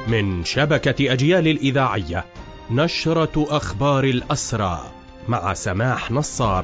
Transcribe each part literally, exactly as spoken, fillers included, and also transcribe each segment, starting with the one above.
من شبكة أجيال الإذاعية، نشرة أخبار الأسرى مع سماح نصار.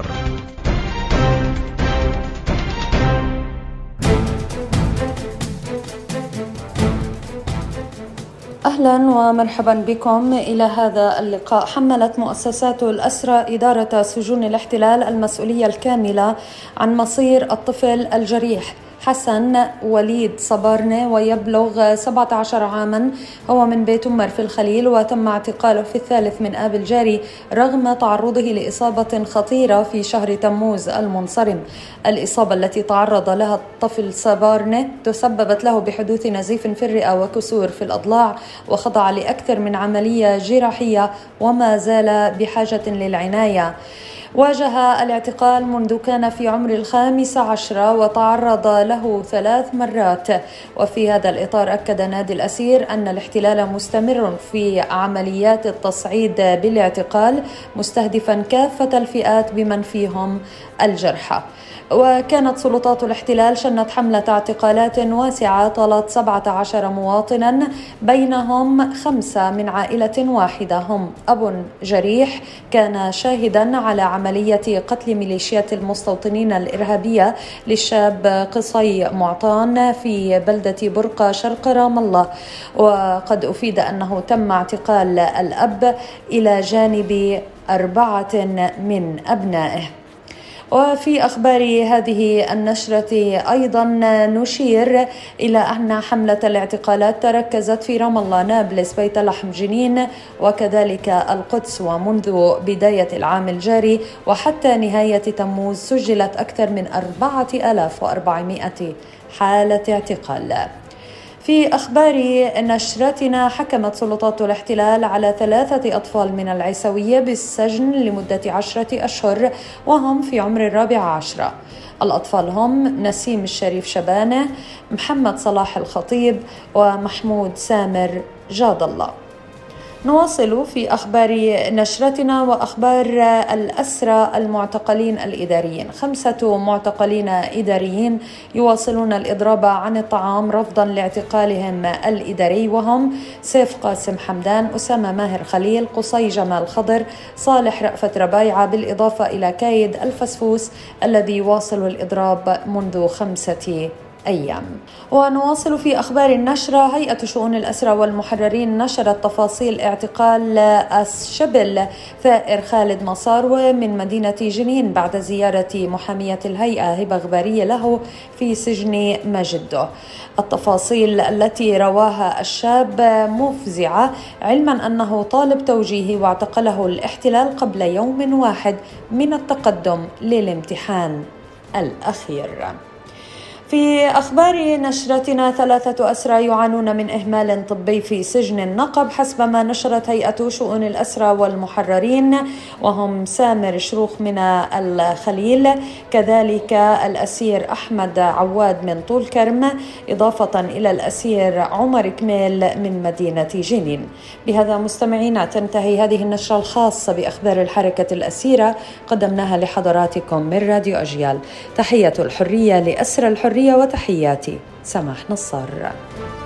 أهلا ومرحبا بكم إلى هذا اللقاء. حملت مؤسسات الأسرى إدارة سجون الاحتلال المسؤولية الكاملة عن مصير الطفل الجريح حسن وليد صبارنة، ويبلغ سبعة عشر عاما. هو من بيت أمر في الخليل، وتم اعتقاله في الثالث من آب الجاري رغم تعرضه لإصابة خطيرة في شهر تموز المنصرم. الإصابة التي تعرض لها الطفل صبارنة تسببت له بحدوث نزيف في الرئة وكسور في الأضلاع، وخضع لأكثر من عملية جراحية وما زال بحاجة للعناية. واجه الاعتقال منذ كان في عمر الخامسة عشرة وتعرض له ثلاث مرات. وفي هذا الإطار أكد نادي الأسير أن الاحتلال مستمر في عمليات التصعيد بالاعتقال، مستهدفا كافة الفئات بمن فيهم الجرحى. وكانت سلطات الاحتلال شنت حملة اعتقالات واسعة طالت سبعة عشر مواطنا، بينهم خمسة من عائلة واحدة، هم أب جريح كان شاهدا على عملية قتل ميليشيات المستوطنين الإرهابية للشاب قصي معطان في بلدة برقة شرق رام الله. وقد أفيد أنه تم اعتقال الأب إلى جانب أربعة من أبنائه. وفي أخبار هذه النشرة أيضا نشير إلى أن حملة الاعتقالات تركزت في رام الله، نابلس، بيت لحم، جنين وكذلك القدس. ومنذ بداية العام الجاري وحتى نهاية تموز سجلت أكثر من أربعة آلاف وأربعمائة حالة اعتقال. في أخبار نشرتنا، حكمت سلطات الاحتلال على ثلاثة أطفال من العيسوية بالسجن لمدة عشرة أشهر وهم في عمر الرابعة عشرة. الأطفال هم نسيم الشريف شبانة، محمد صلاح الخطيب، ومحمود سامر جاد الله. نواصل في أخبار نشرتنا وأخبار الأسرى المعتقلين الإداريين. خمسة معتقلين إداريين يواصلون الإضراب عن الطعام رفضا لاعتقالهم الإداري، وهم سيف قاسم حمدان، أسامة ماهر خليل، قصي جمال خضر، صالح رأفت ربايعة، بالإضافة إلى كايد الفسفوس الذي يواصل الإضراب منذ خمسة أيام. ونواصل في أخبار النشرة. هيئة شؤون الأسرى والمحررين نشرت تفاصيل اعتقال الشبل ثائر خالد مسار من مدينة جنين بعد زيارة محامية الهيئة هبة غبارية له في سجن مجده. التفاصيل التي رواها الشاب مفزعة، علما أنه طالب توجيهي واعتقله الاحتلال قبل يوم واحد من التقدم للامتحان الأخير. في أخبار نشرتنا، ثلاثة أسرى يعانون من إهمال طبي في سجن النقب حسب ما نشرت هيئة شؤون الأسرى والمحررين، وهم سامر شروخ من الخليل، كذلك الأسير أحمد عواد من طول كرم، إضافة إلى الأسير عمر كميل من مدينة جنين. بهذا مستمعينا تنتهي هذه النشرة الخاصة بأخبار الحركة الأسيرة، قدمناها لحضراتكم من راديو أجيال. تحية الحرية لأسرى الحرية، وتحياتي سماح نصار.